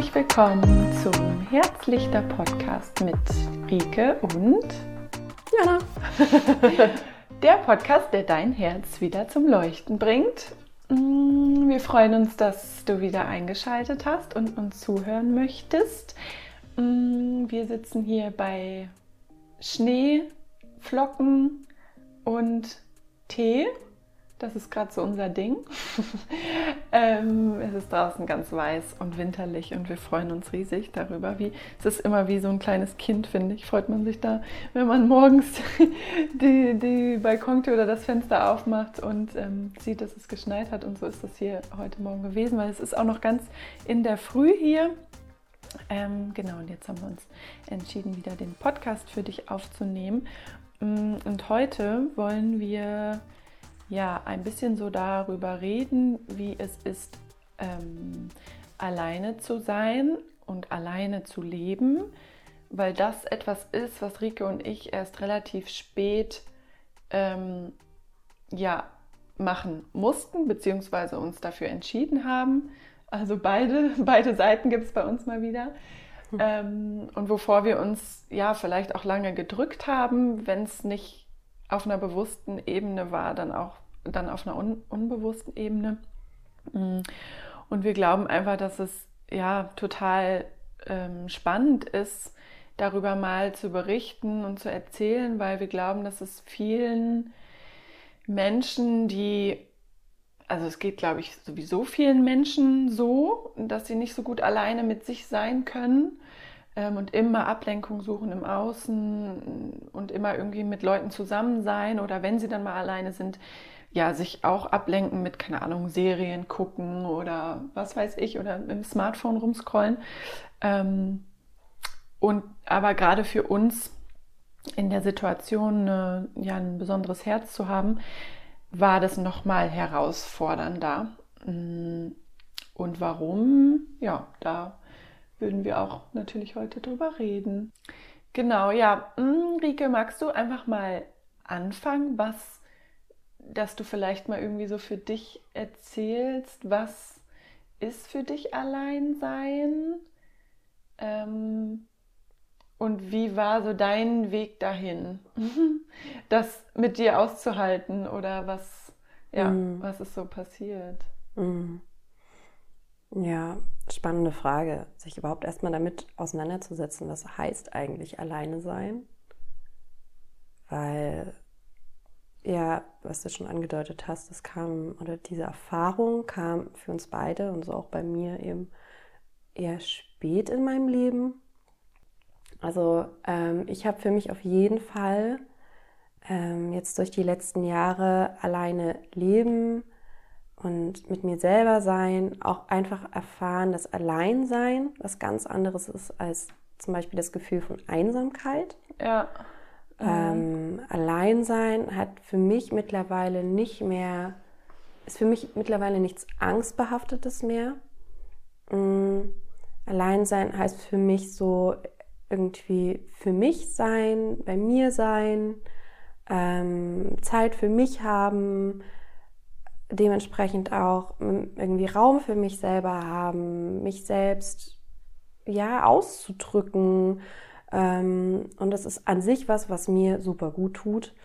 Herzlich willkommen zum Herzlichter-Podcast mit Rike und Jana. Der Podcast, der dein Herz wieder zum Leuchten bringt. Wir freuen uns, dass du wieder eingeschaltet hast und uns zuhören möchtest. Wir sitzen hier bei Schnee, Flocken und Tee. Das ist gerade so unser Ding. Es ist draußen ganz weiß und winterlich und wir freuen uns riesig darüber. Es ist immer wie so ein kleines Kind, finde ich. Freut man sich da, wenn man morgens die Balkontür oder das Fenster aufmacht und sieht, dass es geschneit hat. Und so ist das hier heute Morgen gewesen, weil es ist auch noch ganz in der Früh hier. Genau, und jetzt haben wir uns entschieden, wieder den Podcast für dich aufzunehmen. Und heute wollen wir ein bisschen so darüber reden, wie es ist, alleine zu sein und alleine zu leben, weil das etwas ist, was Rike und ich erst relativ spät machen mussten, beziehungsweise uns dafür entschieden haben. Also beide Seiten gibt es bei uns mal wieder. Und wovor wir uns vielleicht auch lange gedrückt haben, wenn es nicht auf einer bewussten Ebene war, dann auf einer unbewussten Ebene. Und wir glauben einfach, dass es total spannend ist, darüber mal zu berichten und zu erzählen, weil wir glauben, dass es vielen Menschen, also es geht, glaube ich, sowieso vielen Menschen so, dass sie nicht so gut alleine mit sich sein können und immer Ablenkung suchen im Außen und immer irgendwie mit Leuten zusammen sein oder wenn sie dann mal alleine sind, sich auch ablenken mit, keine Ahnung, Serien gucken oder was weiß ich oder mit dem Smartphone rumscrollen. Aber gerade für uns in der Situation ein besonderes Herz zu haben, war das nochmal herausfordernder. Und warum? Ja, da würden wir auch natürlich heute drüber reden. Genau, Rike, magst du einfach mal anfangen, dass du vielleicht mal irgendwie so für dich erzählst, was ist für dich Alleinsein? Und wie war so dein Weg dahin, das mit dir auszuhalten oder was ist so passiert? Ja, spannende Frage, sich überhaupt erstmal damit auseinanderzusetzen, was heißt eigentlich alleine sein? Weil, was du schon angedeutet hast, diese Erfahrung kam für uns beide und so auch bei mir eben eher spät in meinem Leben. Also ich habe für mich auf jeden Fall jetzt durch die letzten Jahre alleine leben und mit mir selber sein, auch einfach erfahren, dass Alleinsein was ganz anderes ist als zum Beispiel das Gefühl von Einsamkeit. Ja. Alleinsein ist für mich mittlerweile nichts Angstbehaftetes mehr. Alleinsein heißt für mich so irgendwie für mich sein, bei mir sein, Zeit für mich haben, dementsprechend auch irgendwie Raum für mich selber haben, mich selbst auszudrücken. Und das ist an sich was mir super gut tut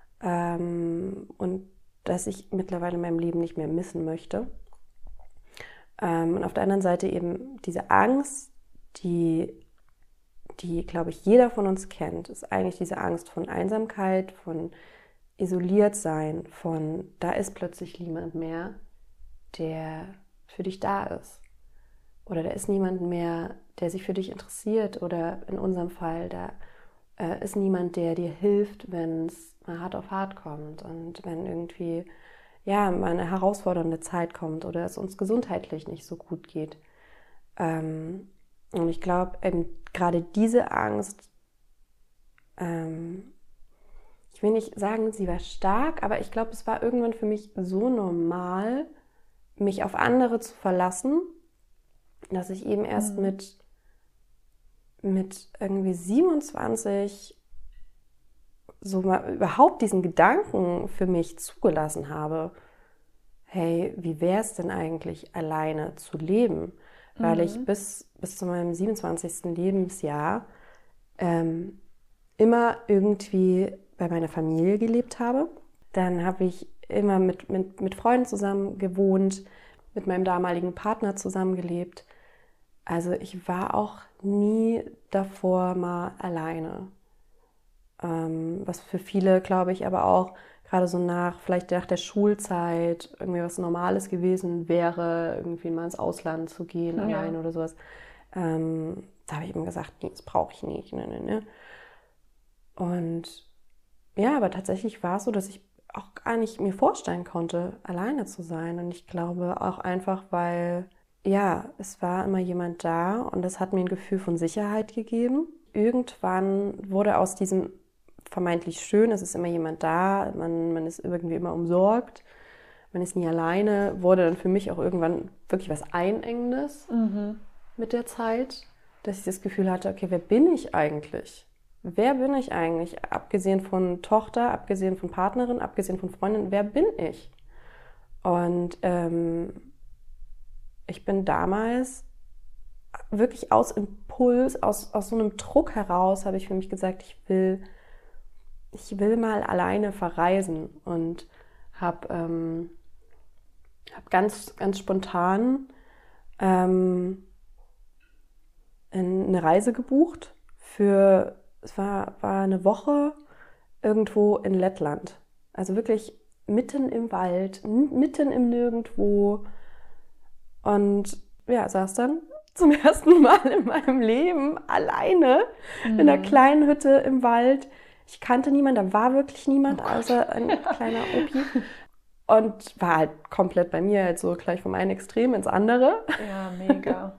und das ich mittlerweile in meinem Leben nicht mehr missen möchte. Und auf der anderen Seite eben diese Angst, die glaube ich, jeder von uns kennt, ist eigentlich diese Angst von Einsamkeit, von Isoliertsein, von da ist plötzlich niemand mehr, der für dich da ist. Oder da ist niemand mehr, der sich für dich interessiert. Oder in unserem Fall, da ist niemand, der dir hilft, wenn es mal hart auf hart kommt. Und wenn irgendwie mal eine herausfordernde Zeit kommt oder es uns gesundheitlich nicht so gut geht. Und ich glaube, eben gerade diese Angst, ich will nicht sagen, sie war stark, aber ich glaube, es war irgendwann für mich so normal, mich auf andere zu verlassen, dass ich eben erst mit irgendwie 27 so mal überhaupt diesen Gedanken für mich zugelassen habe, hey, wie wäre es denn eigentlich, alleine zu leben? weil ich bis zu meinem 27. Lebensjahr immer irgendwie bei meiner Familie gelebt habe. Dann habe ich immer mit Freunden zusammen gewohnt, mit meinem damaligen Partner zusammengelebt. Also ich war auch nie davor mal alleine. Was für viele, glaube ich, aber auch gerade so vielleicht nach der Schulzeit irgendwie was Normales gewesen wäre, irgendwie mal ins Ausland zu gehen, allein oder sowas. Da habe ich immer gesagt, nee, das brauche ich nicht. Nee. Und ja, aber tatsächlich war es so, dass ich auch gar nicht mir vorstellen konnte, alleine zu sein. Und ich glaube auch einfach, weil, ja, es war immer jemand da und das hat mir ein Gefühl von Sicherheit gegeben. Irgendwann wurde aus diesem vermeintlich schön, es ist immer jemand da, man ist irgendwie immer umsorgt, man ist nie alleine, wurde dann für mich auch irgendwann wirklich was Einengendes mit der Zeit, dass ich das Gefühl hatte, okay, wer bin ich eigentlich? Wer bin ich eigentlich? Abgesehen von Tochter, abgesehen von Partnerin, abgesehen von Freundin, wer bin ich? Und ich bin damals wirklich aus Impuls, aus so einem Druck heraus, habe ich für mich gesagt, ich will mal alleine verreisen und habe ganz, ganz spontan eine Reise gebucht es war eine Woche irgendwo in Lettland. Also wirklich mitten im Wald, mitten im Nirgendwo. Und ja, saß dann zum ersten Mal in meinem Leben alleine in einer kleinen Hütte im Wald. Ich kannte niemanden, da war wirklich niemand, außer ein kleiner Opi. Und war halt komplett bei mir, halt so gleich vom einen Extrem ins andere. Ja, mega.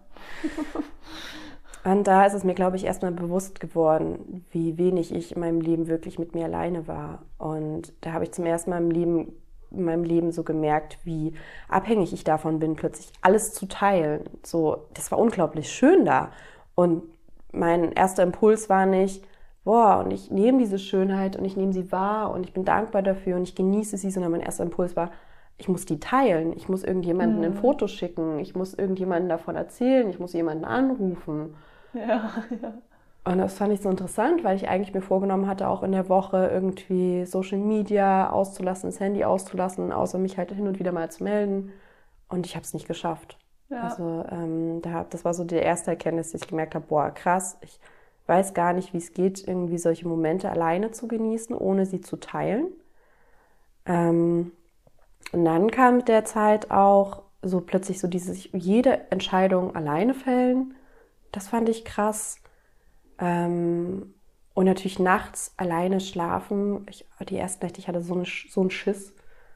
Und da ist es mir, glaube ich, erstmal bewusst geworden, wie wenig ich in meinem Leben wirklich mit mir alleine war. Und da habe ich zum ersten Mal in meinem Leben so gemerkt, wie abhängig ich davon bin, plötzlich alles zu teilen. So, das war unglaublich schön da. Und mein erster Impuls war nicht, boah, und ich nehme diese Schönheit und ich nehme sie wahr und ich bin dankbar dafür und ich genieße sie, sondern mein erster Impuls war, ich muss die teilen, ich muss irgendjemandem ein Foto schicken, ich muss irgendjemandem davon erzählen, ich muss jemanden anrufen. Ja. Und das fand ich so interessant, weil ich eigentlich mir vorgenommen hatte, auch in der Woche irgendwie Social Media auszulassen, das Handy auszulassen, außer mich halt hin und wieder mal zu melden. Und ich habe es nicht geschafft. Ja. Also das war so die erste Erkenntnis, dass ich gemerkt habe, boah, krass, ich weiß gar nicht, wie es geht, irgendwie solche Momente alleine zu genießen, ohne sie zu teilen. Und dann kam mit der Zeit auch so plötzlich so jede Entscheidung alleine fällen. Das fand ich krass. Und natürlich nachts alleine schlafen. Die ersten Nächte, ich hatte so einen Schiss.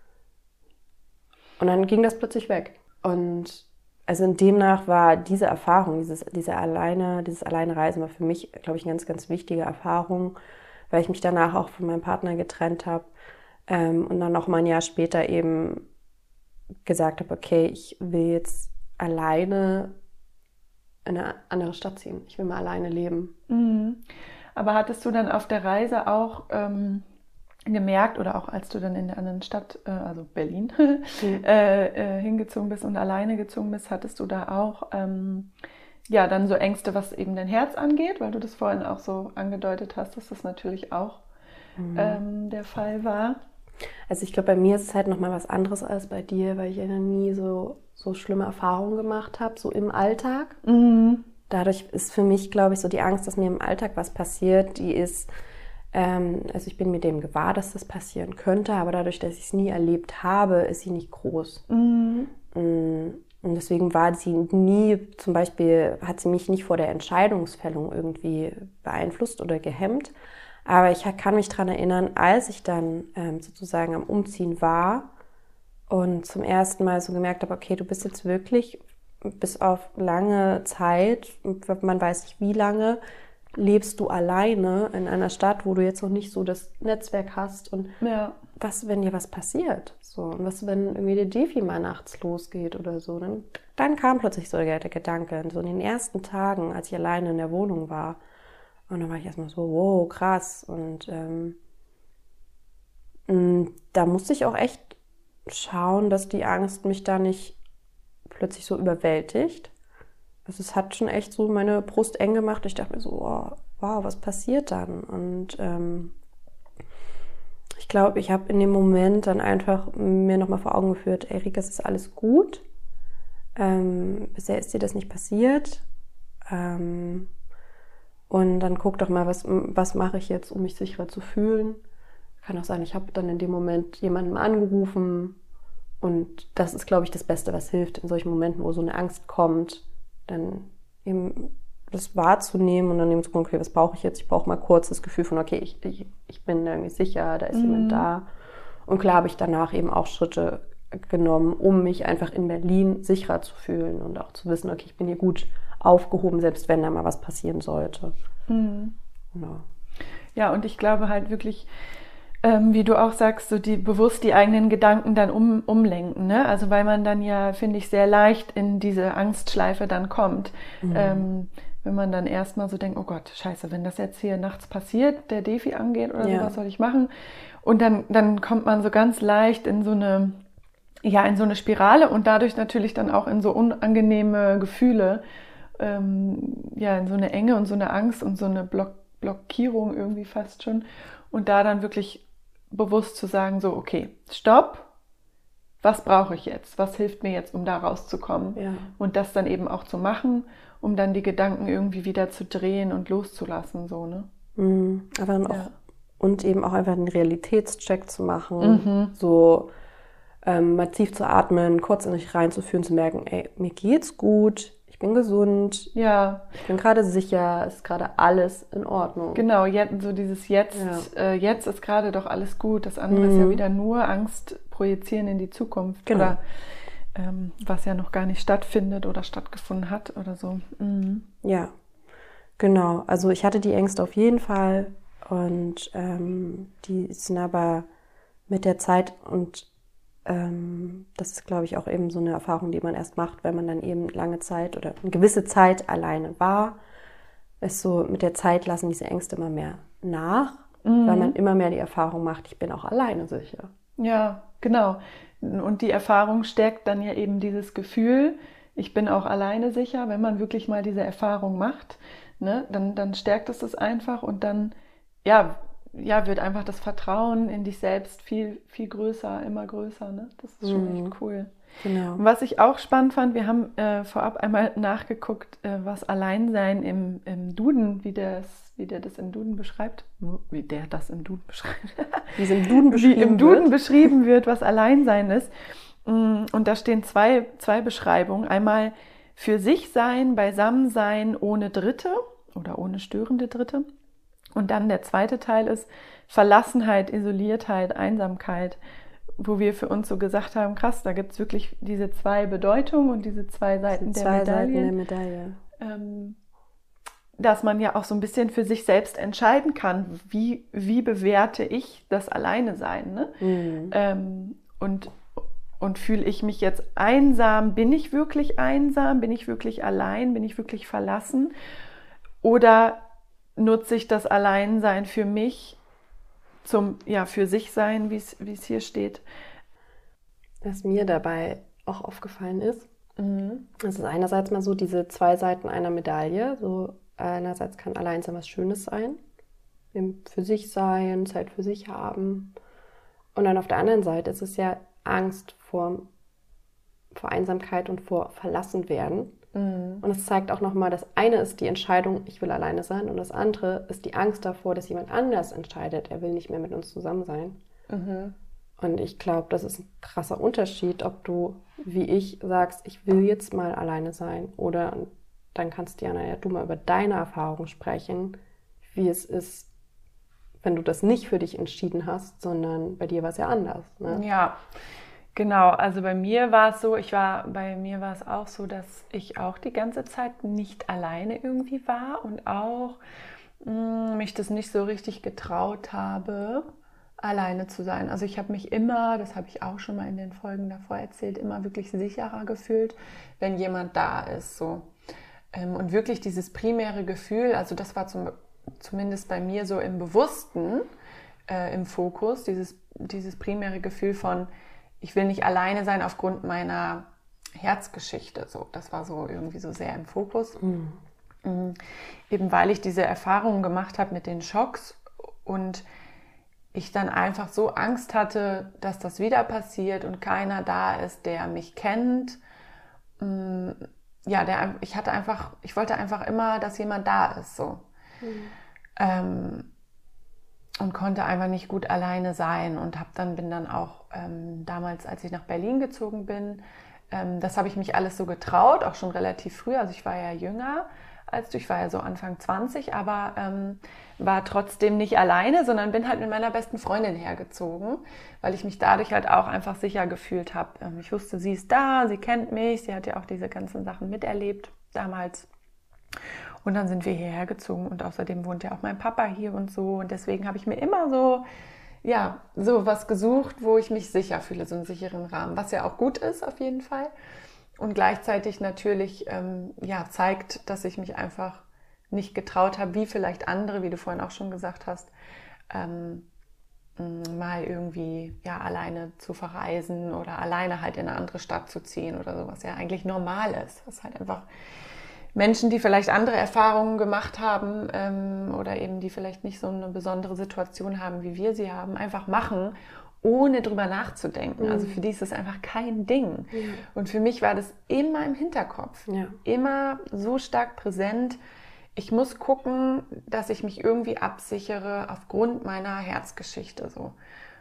Und dann ging das plötzlich weg. Und also demnach war diese Erfahrung, dieses Alleinreisen war für mich, glaube ich, eine ganz, ganz wichtige Erfahrung, weil ich mich danach auch von meinem Partner getrennt habe. Und dann noch mal ein Jahr später eben gesagt habe, okay, ich will jetzt alleine in eine andere Stadt ziehen. Ich will mal alleine leben. Aber hattest du dann auf der Reise auch gemerkt oder auch als du dann in der anderen Stadt, also Berlin, hingezogen bist und alleine gezogen bist, hattest du da auch dann so Ängste, was eben dein Herz angeht, weil du das vorhin auch so angedeutet hast, dass das natürlich auch der Fall war? Also ich glaube, bei mir ist es halt nochmal was anderes als bei dir, weil ich ja noch nie so schlimme Erfahrungen gemacht habe, so im Alltag. Dadurch ist für mich, glaube ich, so die Angst, dass mir im Alltag was passiert, die ist, also ich bin mir dem gewahr, dass das passieren könnte, aber dadurch, dass ich es nie erlebt habe, ist sie nicht groß. Und deswegen war sie nie, zum Beispiel hat sie mich nicht vor der Entscheidungsfällung irgendwie beeinflusst oder gehemmt. Aber ich kann mich daran erinnern, als ich dann sozusagen am Umziehen war und zum ersten Mal so gemerkt habe, okay, du bist jetzt wirklich bis auf lange Zeit, man weiß nicht wie lange, lebst du alleine in einer Stadt, wo du jetzt noch nicht so das Netzwerk hast und was, wenn dir was passiert? So, und was, wenn irgendwie der Defi mal nachts losgeht oder so? Dann kam plötzlich so der Gedanke, so in den ersten Tagen, als ich alleine in der Wohnung war. Und dann war ich erstmal so, wow, krass. Und da musste ich auch echt schauen, dass die Angst mich da nicht plötzlich so überwältigt. Also es hat schon echt so meine Brust eng gemacht. Ich dachte mir so, oh, wow, was passiert dann? Und ich glaube, ich habe in dem Moment dann einfach mir nochmal vor Augen geführt, ey Rika, es ist alles gut. Bisher ist dir das nicht passiert. Und dann guck doch mal, was mache ich jetzt, um mich sicherer zu fühlen. Kann auch sein, ich habe dann in dem Moment jemanden angerufen. Und das ist, glaube ich, das Beste, was hilft in solchen Momenten, wo so eine Angst kommt, dann eben das wahrzunehmen und dann eben zu gucken, okay, was brauche ich jetzt? Ich brauche mal kurz das Gefühl von, okay, ich bin irgendwie sicher, da ist jemand da. Und klar habe ich danach eben auch Schritte genommen, um mich einfach in Berlin sicherer zu fühlen und auch zu wissen, okay, ich bin hier gut aufgehoben, selbst wenn da mal was passieren sollte. Genau. Ja, und ich glaube halt wirklich, wie du auch sagst, so bewusst die eigenen Gedanken dann umlenken, ne? Also weil man dann ja, finde ich, sehr leicht in diese Angstschleife dann kommt. Wenn man dann erstmal so denkt, oh Gott, scheiße, wenn das jetzt hier nachts passiert, der Defi angeht oder so, was soll ich machen? Und dann kommt man so ganz leicht in so eine Spirale und dadurch natürlich dann auch in so unangenehme Gefühle, in so eine Enge und so eine Angst und so eine Blockierung irgendwie fast schon. Und da dann wirklich bewusst zu sagen, so, okay, stopp, was brauche ich jetzt? Was hilft mir jetzt, um da rauszukommen? Ja. Und das dann eben auch zu machen, um dann die Gedanken irgendwie wieder zu drehen und loszulassen, so, ne? Aber dann auch, und eben auch einfach einen Realitätscheck zu machen, so massiv zu atmen, kurz in sich reinzuführen, zu merken, ey, mir geht's gut, ich bin gesund, ich bin gerade sicher, es ist gerade alles in Ordnung. Genau, so dieses jetzt ist gerade doch alles gut, das andere ist ja wieder nur Angst projizieren in die Zukunft. Genau. Oder was ja noch gar nicht stattfindet oder stattgefunden hat oder so. Ja, genau. Also ich hatte die Ängste auf jeden Fall und die sind aber mit der Zeit und das ist, glaube ich, auch eben so eine Erfahrung, die man erst macht, wenn man dann eben lange Zeit oder eine gewisse Zeit alleine war. Ist so, mit der Zeit lassen diese Ängste immer mehr nach, weil man immer mehr die Erfahrung macht, ich bin auch alleine sicher. Ja, genau. Und die Erfahrung stärkt dann ja eben dieses Gefühl, ich bin auch alleine sicher, wenn man wirklich mal diese Erfahrung macht, ne, dann stärkt es das einfach und dann, wird einfach das Vertrauen in dich selbst viel, viel größer, immer größer, ne? Das ist schon echt cool. Genau. Und was ich auch spannend fand, wir haben vorab einmal nachgeguckt, was Alleinsein im Duden, wie der das im Duden beschreibt. Wie der das im Duden beschreibt. Wie es im Duden beschrieben wie im Duden beschrieben wird, was Alleinsein ist. Und da stehen zwei Beschreibungen. Einmal für sich sein, beisammen sein ohne Dritte oder ohne störende Dritte. Und dann der zweite Teil ist Verlassenheit, Isoliertheit, Einsamkeit, wo wir für uns so gesagt haben, krass, da gibt es wirklich diese zwei Bedeutungen und diese zwei Seiten der Medaille. Dass man ja auch so ein bisschen für sich selbst entscheiden kann, wie bewerte ich das Alleine-Sein, ne? Und fühle ich mich jetzt einsam? Bin ich wirklich einsam? Bin ich wirklich allein? Bin ich wirklich verlassen? Oder nutze ich das Alleinsein für mich für sich sein, wie es hier steht? Was mir dabei auch aufgefallen ist, das ist einerseits mal so diese zwei Seiten einer Medaille. So einerseits kann Alleinsein was Schönes sein, eben für sich sein, Zeit für sich haben. Und dann auf der anderen Seite ist es ja Angst vor Einsamkeit und vor Verlassenwerden. Und es zeigt auch nochmal, das eine ist die Entscheidung, ich will alleine sein, und das andere ist die Angst davor, dass jemand anders entscheidet, er will nicht mehr mit uns zusammen sein. Und ich glaube, das ist ein krasser Unterschied, ob du, wie ich, sagst, ich will jetzt mal alleine sein, oder dann kannst Diana, ja, du mal über deine Erfahrung sprechen, wie es ist, wenn du das nicht für dich entschieden hast, sondern bei dir war es ja anders. Ne? Ja, genau. Also bei mir war es so, auch so, dass ich auch die ganze Zeit nicht alleine irgendwie war und auch mich das nicht so richtig getraut habe, alleine zu sein. Also ich habe mich immer, das habe ich auch schon mal in den Folgen davor erzählt, immer wirklich sicherer gefühlt, wenn jemand da ist. So. Und wirklich dieses primäre Gefühl, also das war zumindest bei mir so im Bewussten, im Fokus, dieses primäre Gefühl von, ich will nicht alleine sein aufgrund meiner Herzgeschichte. So, das war so irgendwie so sehr im Fokus. Eben weil ich diese Erfahrungen gemacht habe mit den Schocks und ich dann einfach so Angst hatte, dass das wieder passiert und keiner da ist, der mich kennt. Ja, ich wollte einfach immer, dass jemand da ist, so. Und konnte einfach nicht gut alleine sein und bin dann auch damals, als ich nach Berlin gezogen bin, das habe ich mich alles so getraut, auch schon relativ früh, also ich war ja jünger als du, ich war ja so Anfang 20, aber war trotzdem nicht alleine, sondern bin halt mit meiner besten Freundin hergezogen, weil ich mich dadurch halt auch einfach sicher gefühlt habe. Ich wusste, sie ist da, sie kennt mich, sie hat ja auch diese ganzen Sachen miterlebt damals. Und dann sind wir hierher gezogen und außerdem wohnt ja auch mein Papa hier und so. Und deswegen habe ich mir immer so was gesucht, wo ich mich sicher fühle, so einen sicheren Rahmen, was ja auch gut ist auf jeden Fall. Und gleichzeitig natürlich zeigt, dass ich mich einfach nicht getraut habe, wie vielleicht andere, wie du vorhin auch schon gesagt hast, mal irgendwie alleine zu verreisen oder alleine halt in eine andere Stadt zu ziehen oder so, was ja eigentlich normal ist. Was halt einfach Menschen, die vielleicht andere Erfahrungen gemacht haben oder eben die vielleicht nicht so eine besondere Situation haben, wie wir sie haben, einfach machen, ohne drüber nachzudenken. Also für die ist das einfach kein Ding. Und für mich war das immer im Hinterkopf, immer so stark präsent. Ich muss gucken, dass ich mich irgendwie absichere aufgrund meiner Herzgeschichte. So.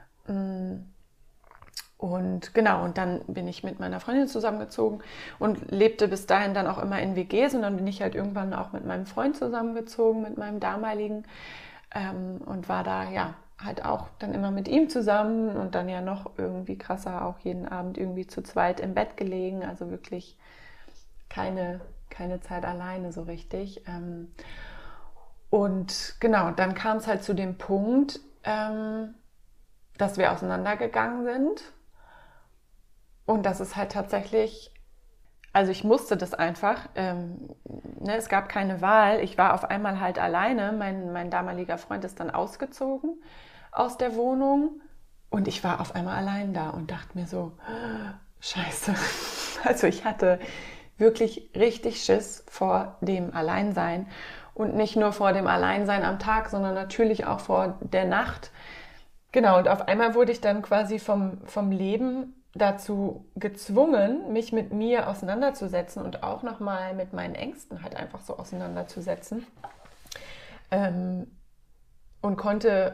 Und genau, und dann bin ich mit meiner Freundin zusammengezogen und lebte bis dahin dann auch immer in WGs und dann bin ich halt irgendwann auch mit meinem Freund zusammengezogen, mit meinem damaligen und war da halt auch dann immer mit ihm zusammen und dann ja noch irgendwie krasser auch jeden Abend irgendwie zu zweit im Bett gelegen, also wirklich keine Zeit alleine so richtig. Und genau, dann kam es halt zu dem Punkt, dass wir auseinandergegangen sind. Und das ist halt tatsächlich, also ich musste das einfach, es gab keine Wahl. Ich war auf einmal halt alleine. Mein damaliger Freund ist dann ausgezogen aus der Wohnung und ich war auf einmal allein da und dachte mir so, Scheiße. Also ich hatte wirklich richtig Schiss vor dem Alleinsein und nicht nur vor dem Alleinsein am Tag, sondern natürlich auch vor der Nacht. Genau, und auf einmal wurde ich dann quasi vom Leben dazu gezwungen, mich mit mir auseinanderzusetzen und auch nochmal mit meinen Ängsten halt einfach so auseinanderzusetzen. Und konnte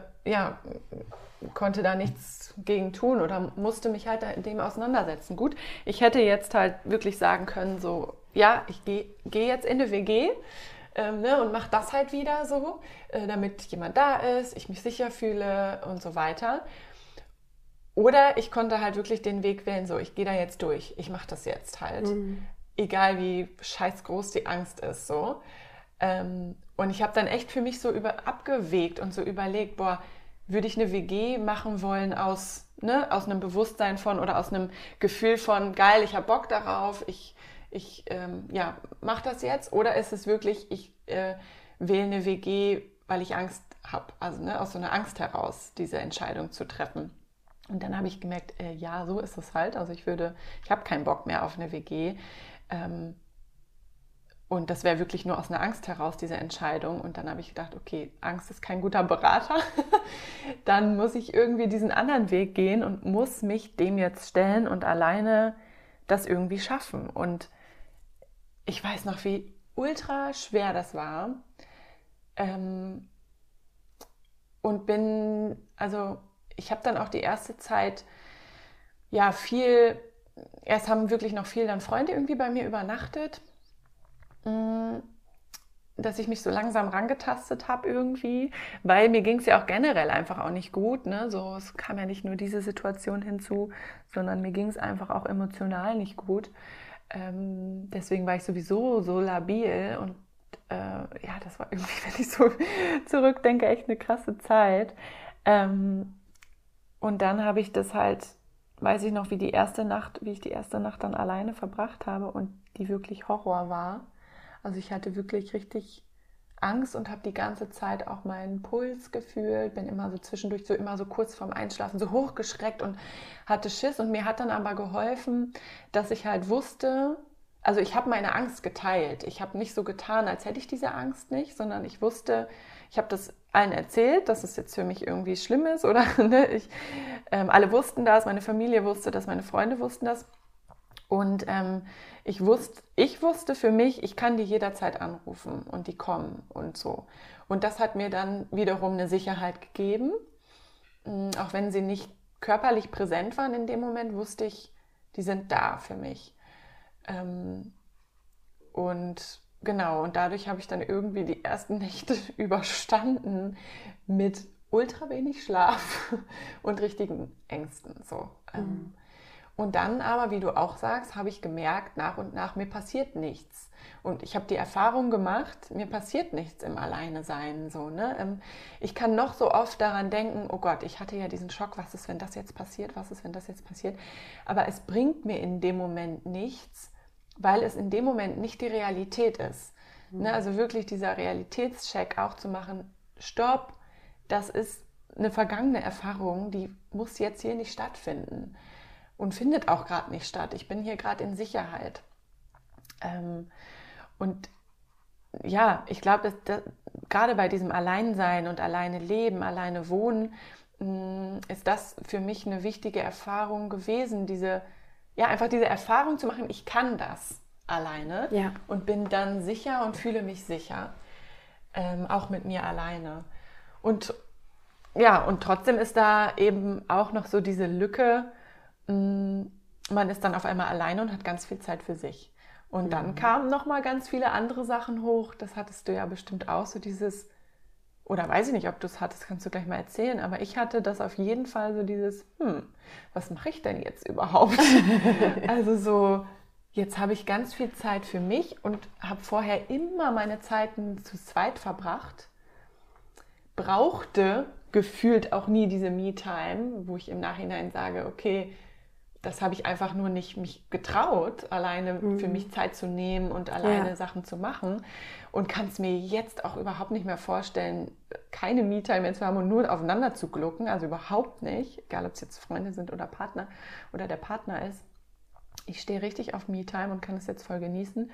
da nichts gegen tun oder musste mich halt dem auseinandersetzen. Gut, ich hätte jetzt halt wirklich sagen können, so, ja, ich geh jetzt in eine WG und mache das halt wieder so, damit jemand da ist, ich mich sicher fühle und so weiter. Oder ich konnte halt wirklich den Weg wählen, so, ich gehe da jetzt durch, ich mache das jetzt halt. Egal wie scheiß groß die Angst ist, so. Und ich habe dann echt für mich so abgewegt und so überlegt, boah, würde ich eine WG machen wollen aus einem Bewusstsein von oder aus einem Gefühl von, geil, ich habe Bock darauf, ich mache das jetzt? Oder ist es wirklich, ich wähle eine WG, weil ich Angst habe, also aus so einer Angst heraus diese Entscheidung zu treffen. Und dann habe ich gemerkt, ja, so ist es halt. Also ich habe keinen Bock mehr auf eine WG. Und das wäre wirklich nur aus einer Angst heraus, diese Entscheidung. Und dann habe ich gedacht, okay, Angst ist kein guter Berater. Dann muss ich irgendwie diesen anderen Weg gehen und muss mich dem jetzt stellen und alleine das irgendwie schaffen. Und ich weiß noch, wie ultra schwer das war. Und ich habe dann auch die erste Zeit erst haben wirklich noch viel dann Freunde irgendwie bei mir übernachtet, dass ich mich so langsam rangetastet habe irgendwie, weil mir ging es ja auch generell einfach auch nicht gut, ne? So, es kam ja nicht nur diese Situation hinzu, sondern mir ging es einfach auch emotional nicht gut. Deswegen war ich sowieso so labil und das war irgendwie, wenn ich so zurückdenke, echt eine krasse Zeit. Und dann habe ich das halt, weiß ich noch, wie ich die erste Nacht dann alleine verbracht habe und die wirklich Horror war. Also ich hatte wirklich richtig Angst und habe die ganze Zeit auch meinen Puls gefühlt, bin immer so zwischendurch so immer so kurz vorm Einschlafen so hochgeschreckt und hatte Schiss. Und mir hat dann aber geholfen, dass ich halt wusste, also ich habe meine Angst geteilt. Ich habe nicht so getan, als hätte ich diese Angst nicht, sondern ich wusste, ich habe das allen erzählt, dass es jetzt für mich irgendwie schlimm ist oder ne, alle wussten das, meine Familie wusste das, meine Freunde wussten das. Und ich wusste für mich, ich kann die jederzeit anrufen und die kommen und so. Und das hat mir dann wiederum eine Sicherheit gegeben. Auch wenn sie nicht körperlich präsent waren in dem Moment, wusste ich, die sind da für mich. Und genau, und dadurch habe ich dann irgendwie die ersten Nächte überstanden mit ultra wenig Schlaf und richtigen Ängsten. So. Und dann aber, wie du auch sagst, habe ich gemerkt, nach und nach, mir passiert nichts. Und ich habe die Erfahrung gemacht, mir passiert nichts im Alleinesein. So, ne? Ich kann noch so oft daran denken, oh Gott, ich hatte ja diesen Schock, was ist, wenn das jetzt passiert, was ist, wenn das jetzt passiert. Aber es bringt mir in dem Moment nichts, weil es in dem Moment nicht die Realität ist. Ne? Also wirklich dieser Realitätscheck auch zu machen, stopp, das ist eine vergangene Erfahrung, die muss jetzt hier nicht stattfinden. Und findet auch gerade nicht statt. Ich bin hier gerade in Sicherheit. Und ja, ich glaube, dass gerade bei diesem Alleinsein und alleine leben, alleine wohnen, ist das für mich eine wichtige Erfahrung gewesen, einfach diese Erfahrung zu machen, ich kann das alleine und bin dann sicher und fühle mich sicher, auch mit mir alleine. Und ja, und trotzdem ist da eben auch noch so diese Lücke, man ist dann auf einmal alleine und hat ganz viel Zeit für sich. Und dann kamen nochmal ganz viele andere Sachen hoch. Das hattest du ja bestimmt auch, so dieses, oder weiß ich nicht, ob du es hattest, kannst du gleich mal erzählen, aber ich hatte das auf jeden Fall so dieses, was mache ich denn jetzt überhaupt? Also so, jetzt habe ich ganz viel Zeit für mich und habe vorher immer meine Zeiten zu zweit verbracht, brauchte gefühlt auch nie diese Me-Time, wo ich im Nachhinein sage, okay, das habe ich einfach nur nicht mich getraut, alleine für mich Zeit zu nehmen und alleine Sachen zu machen und kann es mir jetzt auch überhaupt nicht mehr vorstellen, keine Me-Time mehr zu haben und nur aufeinander zu glucken, also überhaupt nicht, egal ob es jetzt Freunde sind oder Partner oder der Partner ist. Ich stehe richtig auf Me-Time und kann es jetzt voll genießen.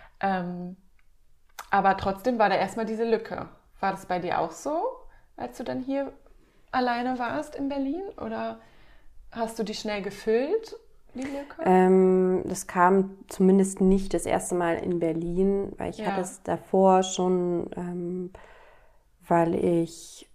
Aber trotzdem war da erstmal diese Lücke. War das bei dir auch so, als du dann hier alleine warst in Berlin oder hast du die schnell gefüllt, die Lücke? Das kam zumindest nicht das erste Mal in Berlin, weil ich hatte es davor schon, weil ich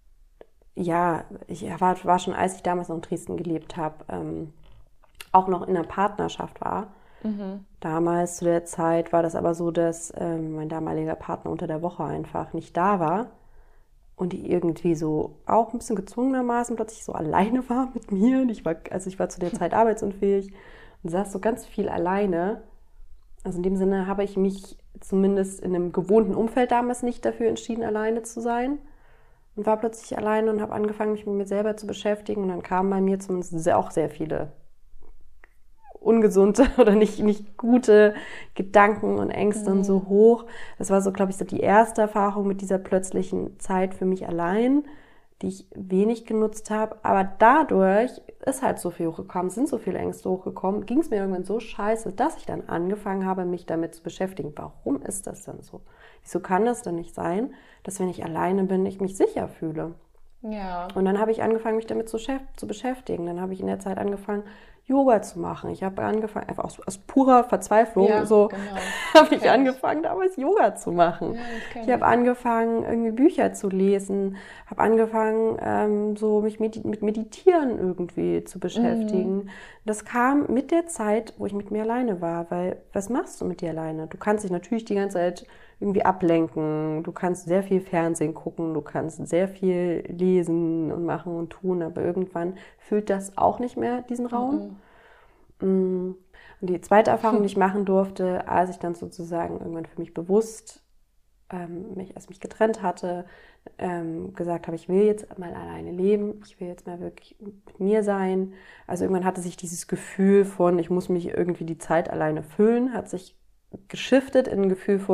war schon, als ich damals noch in Dresden gelebt habe, auch noch in einer Partnerschaft war. Damals zu der Zeit war das aber so, dass mein damaliger Partner unter der Woche einfach nicht da war. Und die irgendwie so auch ein bisschen gezwungenermaßen plötzlich so alleine war mit mir. Und ich war zu der Zeit arbeitsunfähig und saß so ganz viel alleine. Also in dem Sinne habe ich mich zumindest in einem gewohnten Umfeld damals nicht dafür entschieden, alleine zu sein. Und war plötzlich alleine und habe angefangen, mich mit mir selber zu beschäftigen. Und dann kamen bei mir zumindest auch sehr viele ungesunde oder nicht gute Gedanken und Ängste und so hoch. Das war so, glaube ich, so die erste Erfahrung mit dieser plötzlichen Zeit für mich allein, die ich wenig genutzt habe. Aber dadurch ist halt so viel hochgekommen, sind so viele Ängste hochgekommen, ging es mir irgendwann so scheiße, dass ich dann angefangen habe, mich damit zu beschäftigen. Warum ist das denn so? Wieso kann das denn nicht sein, dass wenn ich alleine bin, ich mich sicher fühle? Ja. Und dann habe ich angefangen, mich damit zu beschäftigen. Dann habe ich in der Zeit angefangen, Yoga zu machen. Ich habe angefangen, einfach aus purer Verzweiflung, habe ich angefangen, damals Yoga zu machen. Ja, ich habe angefangen, irgendwie Bücher zu lesen, habe angefangen, mich mit Meditieren irgendwie zu beschäftigen. Das kam mit der Zeit, wo ich mit mir alleine war, weil was machst du mit dir alleine? Du kannst dich natürlich die ganze Zeit irgendwie ablenken, du kannst sehr viel Fernsehen gucken, du kannst sehr viel lesen und machen und tun, aber irgendwann füllt das auch nicht mehr diesen Raum. Und die zweite Erfahrung, die ich machen durfte, als ich dann sozusagen irgendwann für mich bewusst mich getrennt hatte, gesagt habe, ich will jetzt mal alleine leben, ich will jetzt mal wirklich mit mir sein. Also irgendwann hatte sich dieses Gefühl von, ich muss mich irgendwie die Zeit alleine füllen, hat sich geschiftet in ein Gefühl von,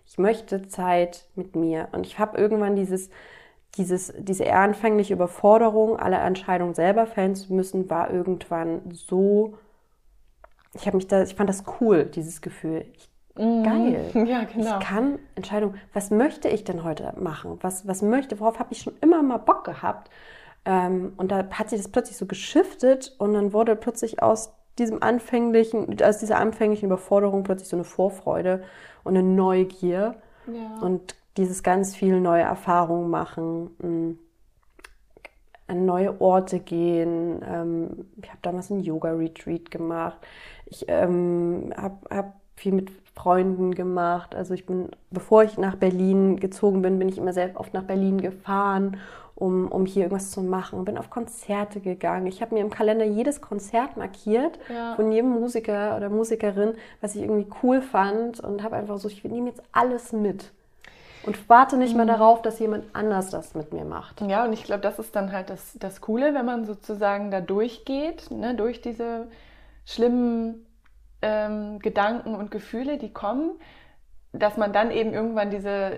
Ich möchte Zeit mit mir. Und ich habe irgendwann diese eher anfängliche Überforderung, alle Entscheidungen selber fällen zu müssen, war irgendwann so, ich fand das cool, dieses Gefühl. Geil. Ja, genau. Ich kann Entscheidungen, was möchte ich denn heute machen? Worauf habe ich schon immer mal Bock gehabt? Und da hat sich das plötzlich so geschiftet und dann wurde plötzlich aus dieser anfänglichen Überforderung plötzlich so eine Vorfreude und eine Neugier und dieses ganz viel neue Erfahrungen machen, an neue Orte gehen. Ich habe damals einen Yoga-Retreat gemacht. Ich hab viel mit Freunden gemacht. Also bevor ich nach Berlin gezogen bin ich immer sehr oft nach Berlin gefahren, um hier irgendwas zu machen. Bin auf Konzerte gegangen. Ich habe mir im Kalender jedes Konzert markiert von jedem Musiker oder Musikerin, was ich irgendwie cool fand und habe einfach so, ich nehme jetzt alles mit. Und warte nicht mehr darauf, dass jemand anders das mit mir macht. Ja, und ich glaube, das ist dann halt das Coole, wenn man sozusagen da durchgeht, ne, durch diese schlimmen Gedanken und Gefühle, die kommen, dass man dann eben irgendwann diese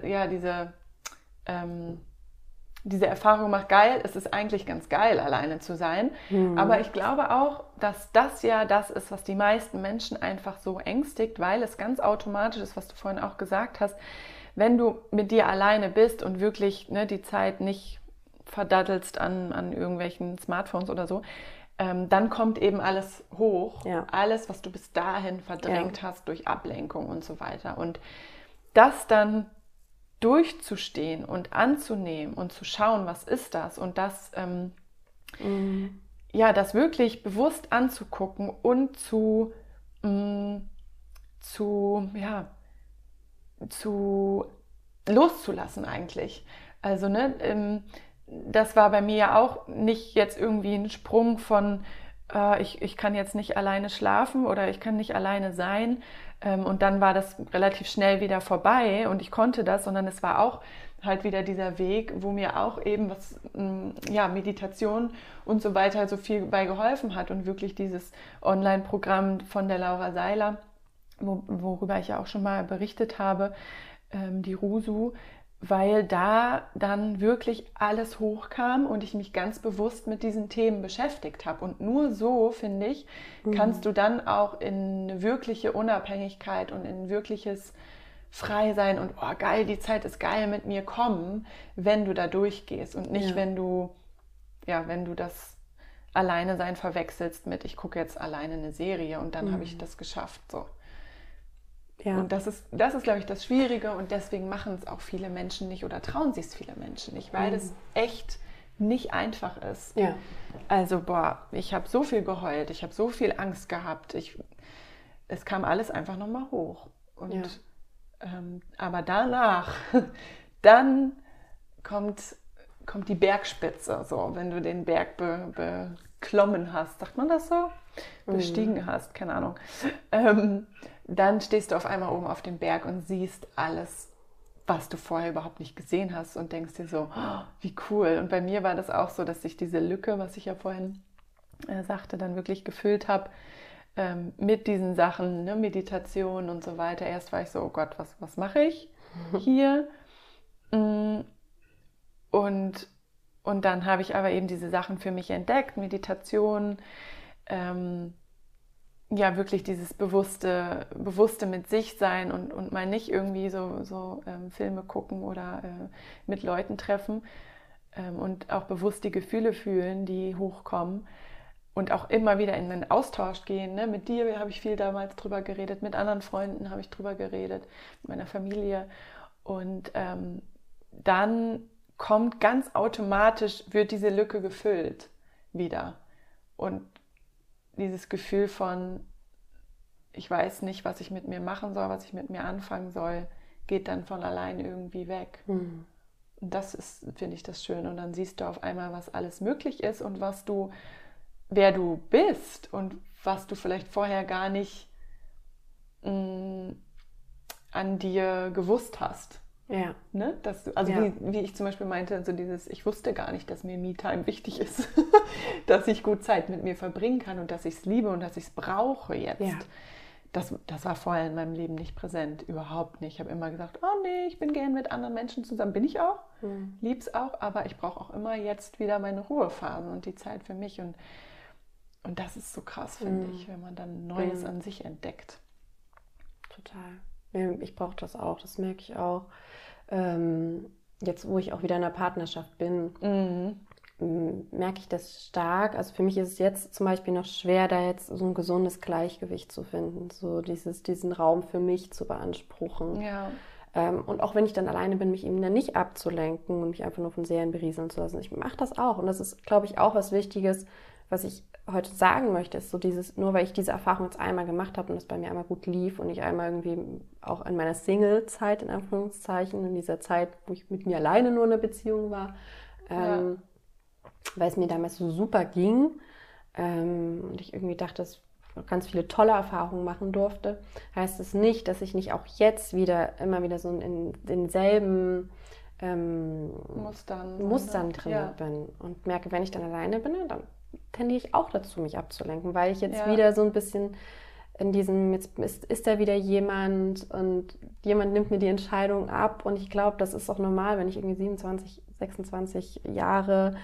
Erfahrung macht, geil, es ist eigentlich ganz geil, alleine zu sein. Aber ich glaube auch, dass das ja das ist, was die meisten Menschen einfach so ängstigt, weil es ganz automatisch ist, was du vorhin auch gesagt hast, wenn du mit dir alleine bist und wirklich die Zeit nicht verdattelst an irgendwelchen Smartphones oder so, dann kommt eben alles hoch. Ja. Alles, was du bis dahin verdrängt hast durch Ablenkung und so weiter. Und das dann durchzustehen und anzunehmen und zu schauen, was ist das? Und das, das wirklich bewusst anzugucken und zu loszulassen eigentlich. Also, das war bei mir ja auch nicht jetzt irgendwie ein Sprung von, ich kann jetzt nicht alleine schlafen oder ich kann nicht alleine sein. Und dann war das relativ schnell wieder vorbei und ich konnte das, sondern es war auch halt wieder dieser Weg, wo mir auch eben Meditation und so weiter so viel bei geholfen hat und wirklich dieses Online-Programm von der Laura Seiler, worüber ich ja auch schon mal berichtet habe, die Rusu, weil da dann wirklich alles hochkam und ich mich ganz bewusst mit diesen Themen beschäftigt habe. Und nur so, finde ich, kannst du dann auch in eine wirkliche Unabhängigkeit und in wirkliches Freisein und oh geil, die Zeit ist geil mit mir kommen, wenn du da durchgehst und nicht, wenn du das Alleine-Sein verwechselst mit, ich gucke jetzt alleine eine Serie und dann habe ich das geschafft, so. Ja. Und das ist, glaube ich, das Schwierige und deswegen machen es auch viele Menschen nicht oder trauen sich es viele Menschen nicht, weil das echt nicht einfach ist. Ja. Also, ich habe so viel geheult, ich habe so viel Angst gehabt, es kam alles einfach nochmal hoch. Und, aber danach, dann kommt die Bergspitze, so, wenn du den Berg beklommen hast, sagt man das so? Bestiegen hast, keine Ahnung. Dann stehst du auf einmal oben auf dem Berg und siehst alles, was du vorher überhaupt nicht gesehen hast und denkst dir so, oh, wie cool. Und bei mir war das auch so, dass ich diese Lücke, was ich ja vorhin sagte, dann wirklich gefüllt habe mit diesen Sachen, Meditation und so weiter. Erst war ich so, oh Gott, was mache ich hier? Und dann habe ich aber eben diese Sachen für mich entdeckt, Meditation, wirklich dieses bewusste mit sich sein und mal nicht irgendwie so Filme gucken oder mit Leuten treffen und auch bewusst die Gefühle fühlen, die hochkommen und auch immer wieder in den Austausch gehen. Ne? Mit dir habe ich viel damals drüber geredet, mit anderen Freunden habe ich drüber geredet, mit meiner Familie und dann kommt ganz automatisch, wird diese Lücke gefüllt wieder und dieses Gefühl von, ich weiß nicht, was ich mit mir machen soll, was ich mit mir anfangen soll, geht dann von allein irgendwie weg. Und das ist, finde ich, das Schöne. Und dann siehst du auf einmal, was alles möglich ist und wer du bist und was du vielleicht vorher gar nicht an dir gewusst hast. Ja. Ne? Wie ich zum Beispiel meinte, so dieses, ich wusste gar nicht, dass mir Me-Time wichtig ist, dass ich gut Zeit mit mir verbringen kann und dass ich es liebe und dass ich es brauche jetzt. Ja. das war vorher in meinem Leben nicht präsent, überhaupt nicht. Ich habe immer gesagt, oh nee, ich bin gern mit anderen Menschen zusammen. Bin ich auch, lieb's auch, aber ich brauche auch immer jetzt wieder meine Ruhephasen und die Zeit für mich. Und das ist so krass, finde ich, wenn man dann Neues an sich entdeckt. Total. Ich brauche das auch, das merke ich auch. Jetzt, wo ich auch wieder in einer Partnerschaft bin, merke ich das stark. Also für mich ist es jetzt zum Beispiel noch schwer, da jetzt so ein gesundes Gleichgewicht zu finden, so diesen Raum für mich zu beanspruchen. Ja. Und auch wenn ich dann alleine bin, mich eben dann nicht abzulenken und mich einfach nur von Serien berieseln zu lassen. Ich mache das auch. Und das ist, glaube ich, auch was Wichtiges, was ich heute sagen möchte, ist so dieses, nur weil ich diese Erfahrung jetzt einmal gemacht habe und das bei mir einmal gut lief und ich einmal irgendwie auch in meiner Single-Zeit, in Anführungszeichen, in dieser Zeit, wo ich mit mir alleine nur in einer Beziehung war, weil es mir damals so super ging und ich irgendwie dachte, dass ich ganz viele tolle Erfahrungen machen durfte, heißt es nicht, dass ich nicht auch jetzt immer wieder so in denselben Mustern drin bin und merke, wenn ich dann alleine bin, dann tendiere ich auch dazu, mich abzulenken, weil ich jetzt wieder so ein bisschen in diesem, jetzt ist da wieder jemand und jemand nimmt mir die Entscheidung ab und ich glaube, das ist auch normal, wenn ich irgendwie 27, 26 Jahre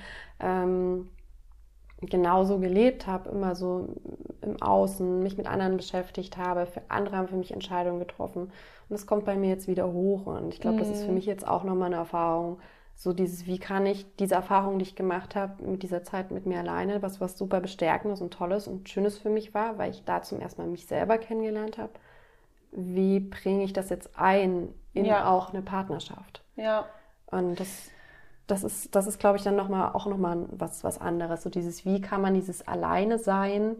genauso gelebt habe, immer so im Außen, mich mit anderen beschäftigt habe, andere haben für mich Entscheidungen getroffen und das kommt bei mir jetzt wieder hoch und ich glaube, das ist für mich jetzt auch nochmal eine Erfahrung, so dieses, wie kann ich diese Erfahrung, die ich gemacht habe, mit dieser Zeit mit mir alleine, was super Bestärkendes und Tolles und Schönes für mich war, weil ich da zum ersten Mal mich selber kennengelernt habe, wie bringe ich das jetzt ein in auch eine Partnerschaft? Ja. Und das ist, glaube ich, dann auch nochmal was anderes. So dieses, wie kann man dieses Alleine-Sein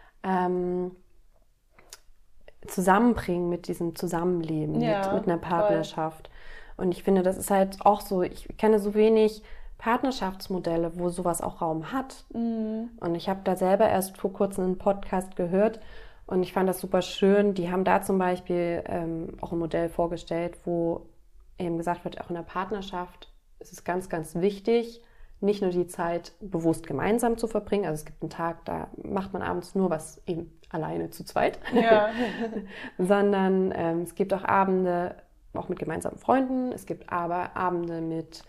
zusammenbringen mit diesem Zusammenleben, mit einer Partnerschaft. Voll. Und ich finde, das ist halt auch so, ich kenne so wenig Partnerschaftsmodelle, wo sowas auch Raum hat. Und ich habe da selber erst vor kurzem einen Podcast gehört und ich fand das super schön. Die haben da zum Beispiel auch ein Modell vorgestellt, wo eben gesagt wird, auch in der Partnerschaft ist es ganz, ganz wichtig, nicht nur die Zeit bewusst gemeinsam zu verbringen. Also es gibt einen Tag, da macht man abends nur was eben alleine zu zweit. Ja. Sondern es gibt auch Abende, auch mit gemeinsamen Freunden. Es gibt aber Abende mit,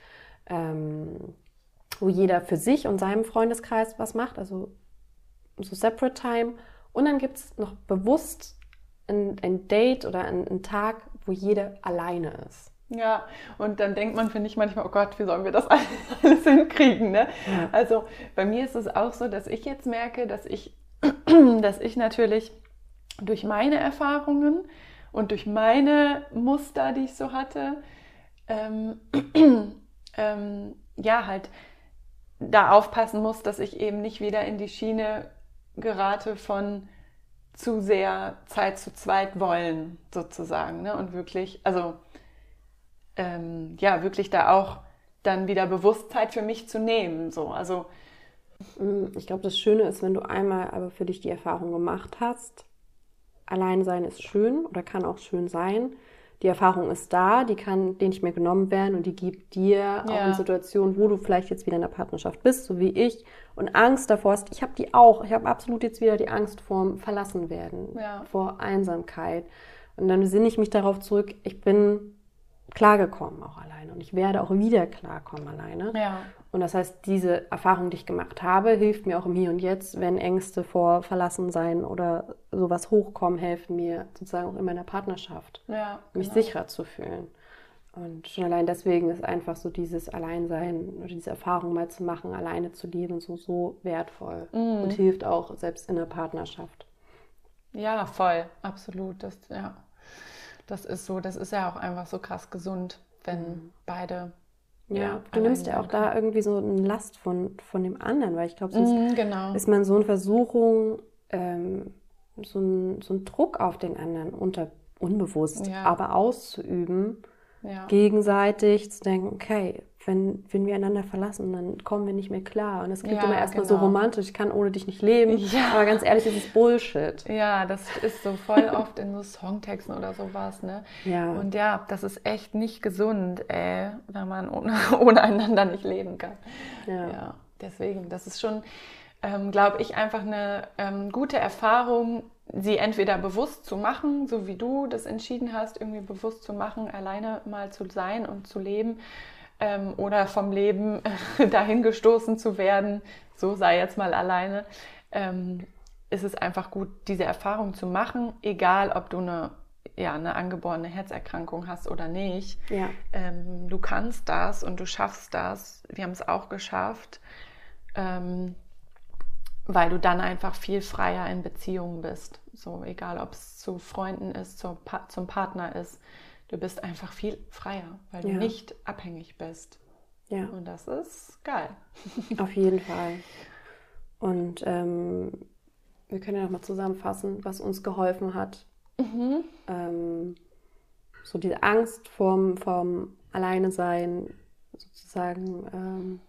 wo jeder für sich und seinem Freundeskreis was macht, also so Separate Time. Und dann gibt es noch bewusst ein Date oder einen Tag, wo jeder alleine ist. Ja, und dann denkt man, finde ich manchmal, oh Gott, wie sollen wir das alles hinkriegen, ne? Ja. Also bei mir ist es auch so, dass ich jetzt merke, dass ich natürlich durch meine Erfahrungen und durch meine Muster, die ich so hatte, halt da aufpassen muss, dass ich eben nicht wieder in die Schiene gerate von zu sehr Zeit zu zweit wollen, sozusagen, ne? Und wirklich, also wirklich da auch dann wieder Bewusstheit für mich zu nehmen. So. Also, ich glaube, das Schöne ist, wenn du einmal aber für dich die Erfahrung gemacht hast, allein sein ist schön oder kann auch schön sein. Die Erfahrung ist da, die kann dir nicht mehr genommen werden und die gibt dir auch in Situationen, wo du vielleicht jetzt wieder in der Partnerschaft bist, so wie ich, und Angst davor hast. Ich habe die auch. Ich habe absolut jetzt wieder die Angst vorm Verlassenwerden, vor Einsamkeit. Und dann besinne ich mich darauf zurück, ich bin klargekommen auch alleine und ich werde auch wieder klarkommen alleine. Ja. Und das heißt, diese Erfahrung, die ich gemacht habe, hilft mir auch im Hier und Jetzt, wenn Ängste vor Verlassensein oder sowas hochkommen, helfen mir sozusagen auch in meiner Partnerschaft, mich sicherer zu fühlen. Und schon allein deswegen ist einfach so dieses Alleinsein oder diese Erfahrung mal zu machen, alleine zu leben, so wertvoll und hilft auch selbst in der Partnerschaft. Ja, voll, absolut. Das ist so, das ist ja auch einfach so krass gesund, wenn beide. Ja, du nimmst ja auch da irgendwie so eine Last von dem anderen, weil ich glaube, sonst ist man so in Versuchung, so einen Druck auf den anderen unbewusst, aber auszuüben, gegenseitig zu denken, okay, wenn wir einander verlassen, dann kommen wir nicht mehr klar. Und es klingt immer erstmal so romantisch, ich kann ohne dich nicht leben. Ja. Aber ganz ehrlich, das ist Bullshit. Ja, das ist so voll oft in so Songtexten oder sowas, ne? Ja. Und das ist echt nicht gesund, wenn man ohne einander nicht leben kann. Ja. Deswegen, das ist schon, glaube ich, einfach eine gute Erfahrung, sie entweder bewusst zu machen, so wie du das entschieden hast, irgendwie bewusst zu machen, alleine mal zu sein und zu leben, oder vom Leben dahin gestoßen zu werden, so sei jetzt mal alleine, ist es einfach gut, diese Erfahrung zu machen, egal ob du eine angeborene Herzerkrankung hast oder nicht. Ja. Du kannst das und du schaffst das. Wir haben es auch geschafft, weil du dann einfach viel freier in Beziehungen bist. So, egal ob es zu Freunden ist, zum Partner ist. Du bist einfach viel freier, weil du nicht abhängig bist. Ja. Und das ist geil. Auf jeden Fall. Und wir können ja nochmal zusammenfassen, was uns geholfen hat. So diese Angst vorm Alleine-Sein sozusagen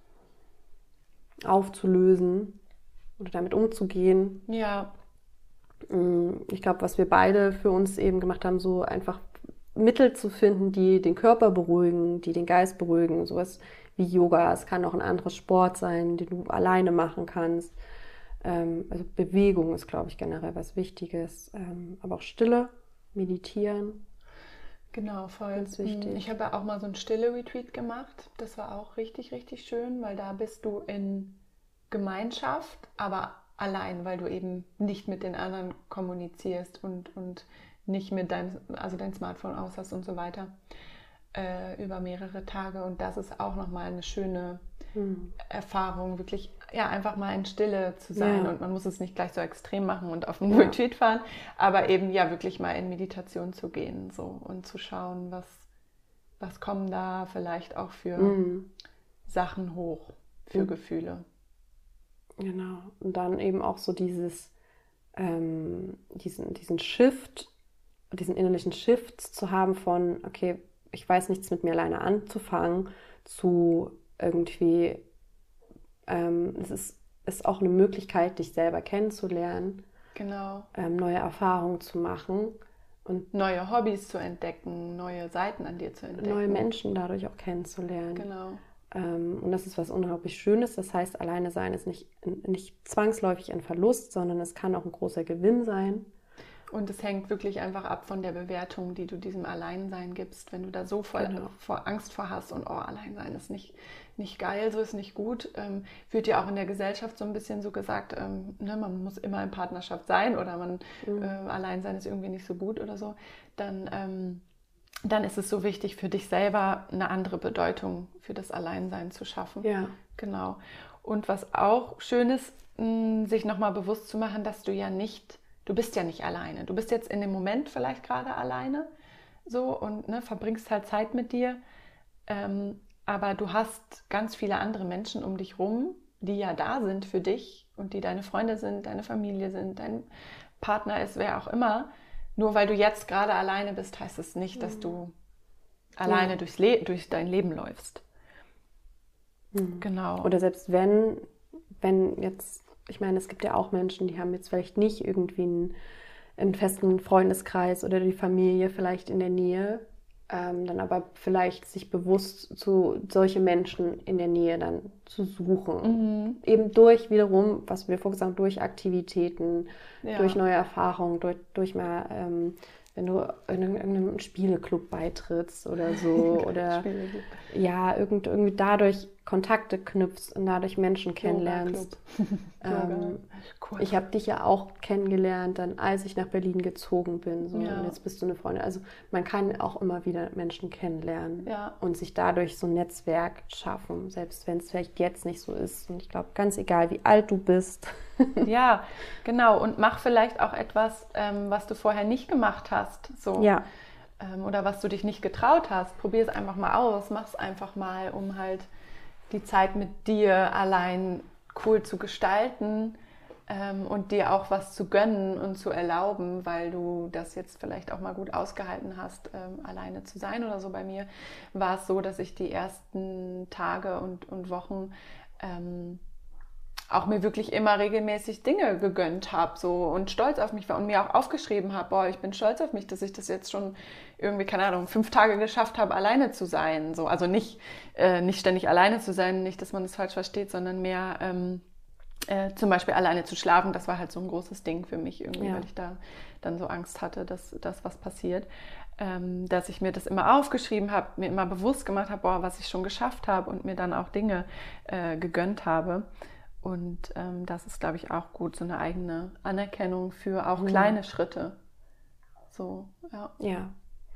aufzulösen oder damit umzugehen. Ja. Ich glaube, was wir beide für uns eben gemacht haben, so einfach Mittel zu finden, die den Körper beruhigen, die den Geist beruhigen, sowas wie Yoga. Es kann auch ein anderer Sport sein, den du alleine machen kannst. Also Bewegung ist, glaube ich, generell was Wichtiges. Aber auch Stille, Meditieren. Genau, voll. Ganz wichtig. Ich habe ja auch mal so ein Stille-Retreat gemacht. Das war auch richtig, richtig schön, weil da bist du in Gemeinschaft, aber allein, weil du eben nicht mit den anderen kommunizierst und nicht mit dein Smartphone aus hast und so weiter über mehrere Tage. Und das ist auch nochmal eine schöne Erfahrung, wirklich einfach mal in Stille zu sein. Und man muss es nicht gleich so extrem machen und auf einen Retreat fahren, aber eben wirklich mal in Meditation zu gehen so und zu schauen, was kommen da vielleicht auch für Sachen hoch, für Gefühle. Genau. Und dann eben auch so diesen Shift, diesen innerlichen Shift zu haben von, okay, ich weiß nichts mit mir alleine anzufangen, zu irgendwie, es ist auch eine Möglichkeit, dich selber kennenzulernen, genau. Neue Erfahrungen zu machen und neue Hobbys zu entdecken, neue Seiten an dir zu entdecken. Neue Menschen dadurch auch kennenzulernen. Genau. Und das ist was unglaublich Schönes. Das heißt, alleine sein ist nicht zwangsläufig ein Verlust, sondern es kann auch ein großer Gewinn sein. Und es hängt wirklich einfach ab von der Bewertung, die du diesem Alleinsein gibst. Wenn du da so voll vor Angst vor hast und Alleinsein ist nicht geil, so ist nicht gut, wird ja auch in der Gesellschaft so ein bisschen so gesagt, man muss immer in Partnerschaft sein oder Alleinsein ist irgendwie nicht so gut oder so, dann ist es so wichtig für dich selber eine andere Bedeutung für das Alleinsein zu schaffen. Ja. Genau. Und was auch schön ist, sich nochmal bewusst zu machen, dass du bist ja nicht alleine. Du bist jetzt in dem Moment vielleicht gerade alleine so und verbringst halt Zeit mit dir. Aber du hast ganz viele andere Menschen um dich rum, die ja da sind für dich und die deine Freunde sind, deine Familie sind, dein Partner ist, wer auch immer. Nur weil du jetzt gerade alleine bist, heißt es nicht, dass du alleine durch dein Leben läufst. Genau. Oder selbst wenn jetzt, ich meine, es gibt ja auch Menschen, die haben jetzt vielleicht nicht irgendwie einen festen Freundeskreis oder die Familie vielleicht in der Nähe, dann aber vielleicht sich bewusst solche Menschen in der Nähe dann zu suchen. Eben durch wiederum, was wir vorhin gesagt haben, durch Aktivitäten, durch neue Erfahrungen, durch mal, wenn du in irgendeinem Spieleklub beitrittst oder so oder irgendwie dadurch Kontakte knüpfst und dadurch Menschen kennenlernst. Ich habe dich ja auch kennengelernt, dann als ich nach Berlin gezogen bin. So, und jetzt bist du eine Freundin. Also man kann auch immer wieder Menschen kennenlernen und sich dadurch so ein Netzwerk schaffen, selbst wenn es vielleicht jetzt nicht so ist. Und ich glaube, ganz egal, wie alt du bist. Ja, genau. Und mach vielleicht auch etwas, was du vorher nicht gemacht hast. So. Ja. Oder was du dich nicht getraut hast. Probier es einfach mal aus. Mach es einfach mal, um halt die Zeit mit dir allein cool zu gestalten und dir auch was zu gönnen und zu erlauben, weil du das jetzt vielleicht auch mal gut ausgehalten hast, alleine zu sein oder so. Bei mir war es so, dass ich die ersten Tage und Wochen auch mir wirklich immer regelmäßig Dinge gegönnt habe so, und stolz auf mich war und mir auch aufgeschrieben habe, ich bin stolz auf mich, dass ich das jetzt schon irgendwie, keine Ahnung, 5 Tage geschafft habe, alleine zu sein. So. Also nicht ständig alleine zu sein, nicht, dass man das falsch versteht, sondern mehr Zum Beispiel alleine zu schlafen, das war halt so ein großes Ding für mich irgendwie, Ja. weil ich da dann so Angst hatte, dass das was passiert. Dass ich mir das immer aufgeschrieben habe, mir immer bewusst gemacht habe, boah, was ich schon geschafft habe und mir dann auch Dinge gegönnt habe. Und das ist, glaube ich, auch gut, so eine eigene Anerkennung für auch kleine Schritte. So, ja. Ja.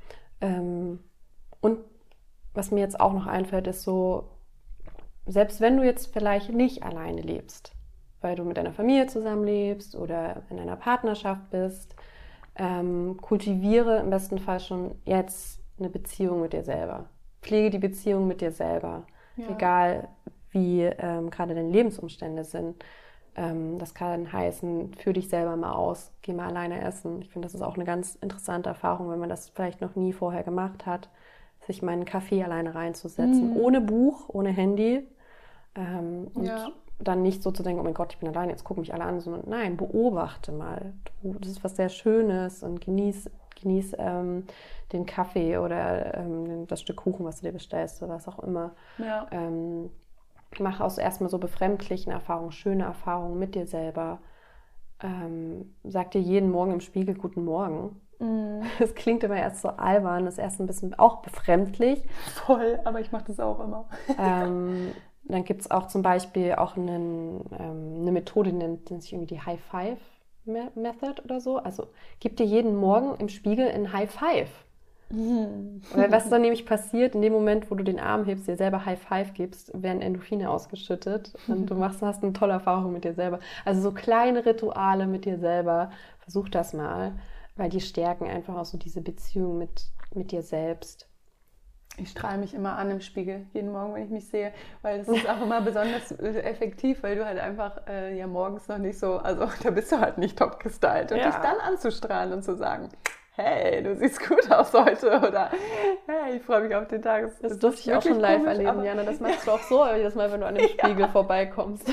Und was mir jetzt auch noch einfällt, ist so, selbst wenn du jetzt vielleicht nicht alleine lebst, weil du mit deiner Familie zusammenlebst oder in einer Partnerschaft bist, kultiviere im besten Fall schon jetzt eine Beziehung mit dir selber. Pflege die Beziehung mit dir selber. Ja. Egal, wie gerade deine Lebensumstände sind. Das kann heißen, führ dich selber mal aus, geh mal alleine essen. Ich finde, das ist auch eine ganz interessante Erfahrung, wenn man das vielleicht noch nie vorher gemacht hat, sich mal in einen Café alleine reinzusetzen, ohne Buch, ohne Handy. Und dann nicht so zu denken, oh mein Gott, ich bin alleine, jetzt gucken mich alle an, sondern nein, beobachte mal. Das ist was sehr Schönes und genieß den Kaffee oder das Stück Kuchen, was du dir bestellst oder was auch immer. Ja. Mach aus erstmal so befremdlichen Erfahrungen, schöne Erfahrungen mit dir selber. Sag dir jeden Morgen im Spiegel Guten Morgen. Das klingt immer erst so albern, das ist erst ein bisschen auch befremdlich. Voll, aber ich mache das auch immer. Dann gibt es auch zum Beispiel auch eine Methode, die nennt sich irgendwie die High Five Method oder so. Also gib dir jeden Morgen im Spiegel ein High Five. Weil was dann nämlich passiert, in dem Moment, wo du den Arm hebst, dir selber High Five gibst, werden Endorphine ausgeschüttet und du hast eine tolle Erfahrung mit dir selber. Also so kleine Rituale mit dir selber, versuch das mal, weil die stärken einfach auch so diese Beziehung mit dir selbst. Ich strahle mich immer an im Spiegel, jeden Morgen, wenn ich mich sehe, weil das ist auch immer besonders effektiv, weil du halt einfach ja morgens noch nicht so, also da bist du halt nicht top gestylt und dich dann anzustrahlen und zu sagen, hey, du siehst gut aus heute oder hey, ich freue mich auf den Tag. Das durfte ich auch schon live erleben, Jana, das machst du auch so jedes Mal, wenn du an den Spiegel vorbeikommst.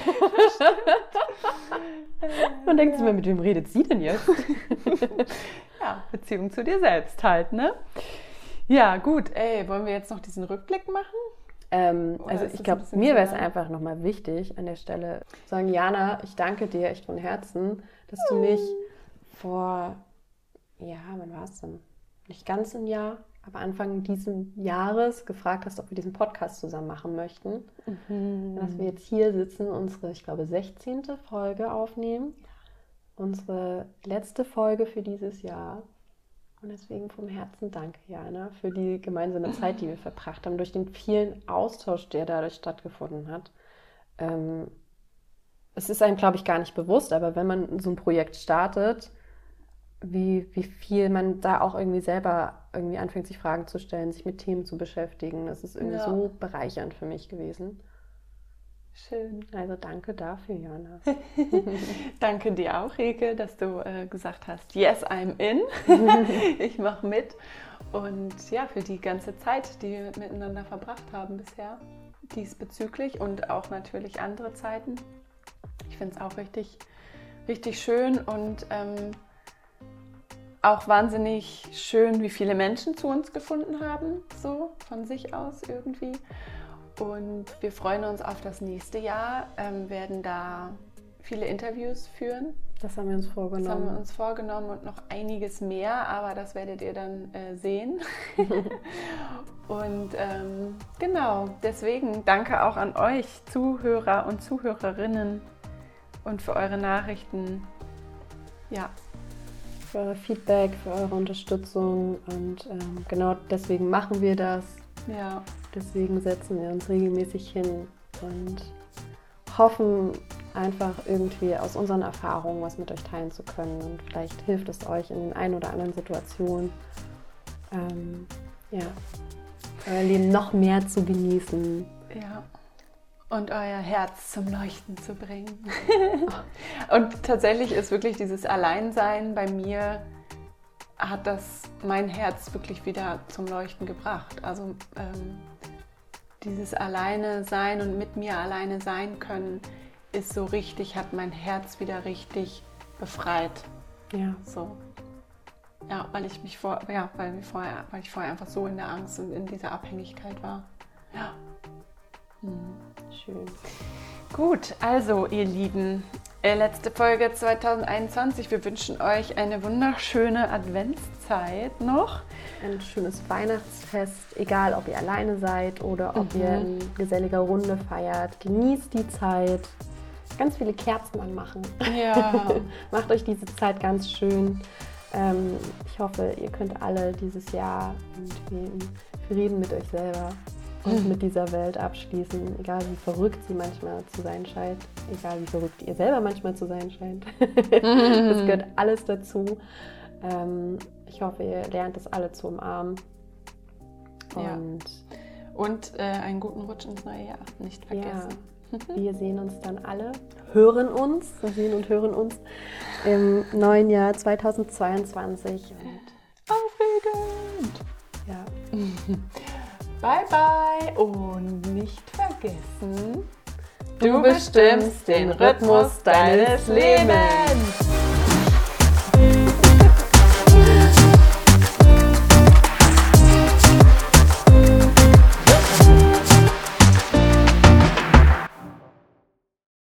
Man denkt sich mir, mit wem redet sie denn jetzt? Ja, Beziehung zu dir selbst halt, ne? Ja, gut. Wollen wir jetzt noch diesen Rückblick machen? Also ich glaube, mir wäre es einfach nochmal wichtig, an der Stelle zu sagen, Jana, ich danke dir echt von Herzen, dass du mich vor, wann war es denn? Nicht ganz ein Jahr, aber Anfang dieses Jahres gefragt hast, ob wir diesen Podcast zusammen machen möchten. Dass wir jetzt hier sitzen, unsere, ich glaube, 16. Folge aufnehmen. Unsere letzte Folge für dieses Jahr. Und deswegen vom Herzen danke, Jana, für die gemeinsame Zeit, die wir verbracht haben, durch den vielen Austausch, der dadurch stattgefunden hat. Es ist einem, glaube ich, gar nicht bewusst, aber wenn man so ein Projekt startet, wie viel man da auch irgendwie selber irgendwie anfängt, sich Fragen zu stellen, sich mit Themen zu beschäftigen. Das ist irgendwie so bereichernd für mich gewesen. Schön. Also danke dafür, Jana. Danke dir auch, Rike, dass du gesagt hast, yes, I'm in. Ich mache mit. Und ja, für die ganze Zeit, die wir miteinander verbracht haben bisher, diesbezüglich und auch natürlich andere Zeiten. Ich finde es auch richtig, richtig schön und auch wahnsinnig schön, wie viele Menschen zu uns gefunden haben, so von sich aus irgendwie. Und wir freuen uns auf das nächste Jahr, werden da viele Interviews führen. Das haben wir uns vorgenommen. Das haben wir uns vorgenommen und noch einiges mehr, aber das werdet ihr dann sehen. Und genau, deswegen danke auch an euch Zuhörer und Zuhörerinnen und für eure Nachrichten. Ja. Für euer Feedback, für eure Unterstützung und genau deswegen machen wir das. Ja. Deswegen setzen wir uns regelmäßig hin und hoffen einfach irgendwie aus unseren Erfahrungen was mit euch teilen zu können und vielleicht hilft es euch in den ein oder anderen Situationen, euer Leben noch mehr zu genießen. Ja. Und euer Herz zum Leuchten zu bringen. Und tatsächlich ist wirklich dieses Alleinsein bei mir, hat das mein Herz wirklich wieder zum Leuchten gebracht. Also dieses Alleine sein und mit mir alleine sein können, ist so richtig, hat mein Herz wieder richtig befreit. Ja. So. Ja, weil ich vorher einfach so in der Angst und in dieser Abhängigkeit war. Ja. Schön. Gut, also ihr Lieben, letzte Folge 2021. Wir wünschen euch eine wunderschöne Adventszeit noch. Ein schönes Weihnachtsfest, egal ob ihr alleine seid oder ob ihr in geselliger Runde feiert. Genießt die Zeit. Ganz viele Kerzen anmachen. Ja. Macht euch diese Zeit ganz schön. Ich hoffe, ihr könnt alle dieses Jahr irgendwie in Frieden mit euch selber und mit dieser Welt abschließen, egal wie verrückt sie manchmal zu sein scheint, egal wie verrückt ihr selber manchmal zu sein scheint. Das gehört alles dazu. Ich hoffe, ihr lernt es alle zu umarmen. Und einen guten Rutsch ins neue Jahr nicht vergessen. Ja, wir sehen uns dann alle, sehen und hören uns im neuen Jahr 2022. Und aufregend! Ja. Bye bye und nicht vergessen, du bestimmst den Rhythmus deines Lebens.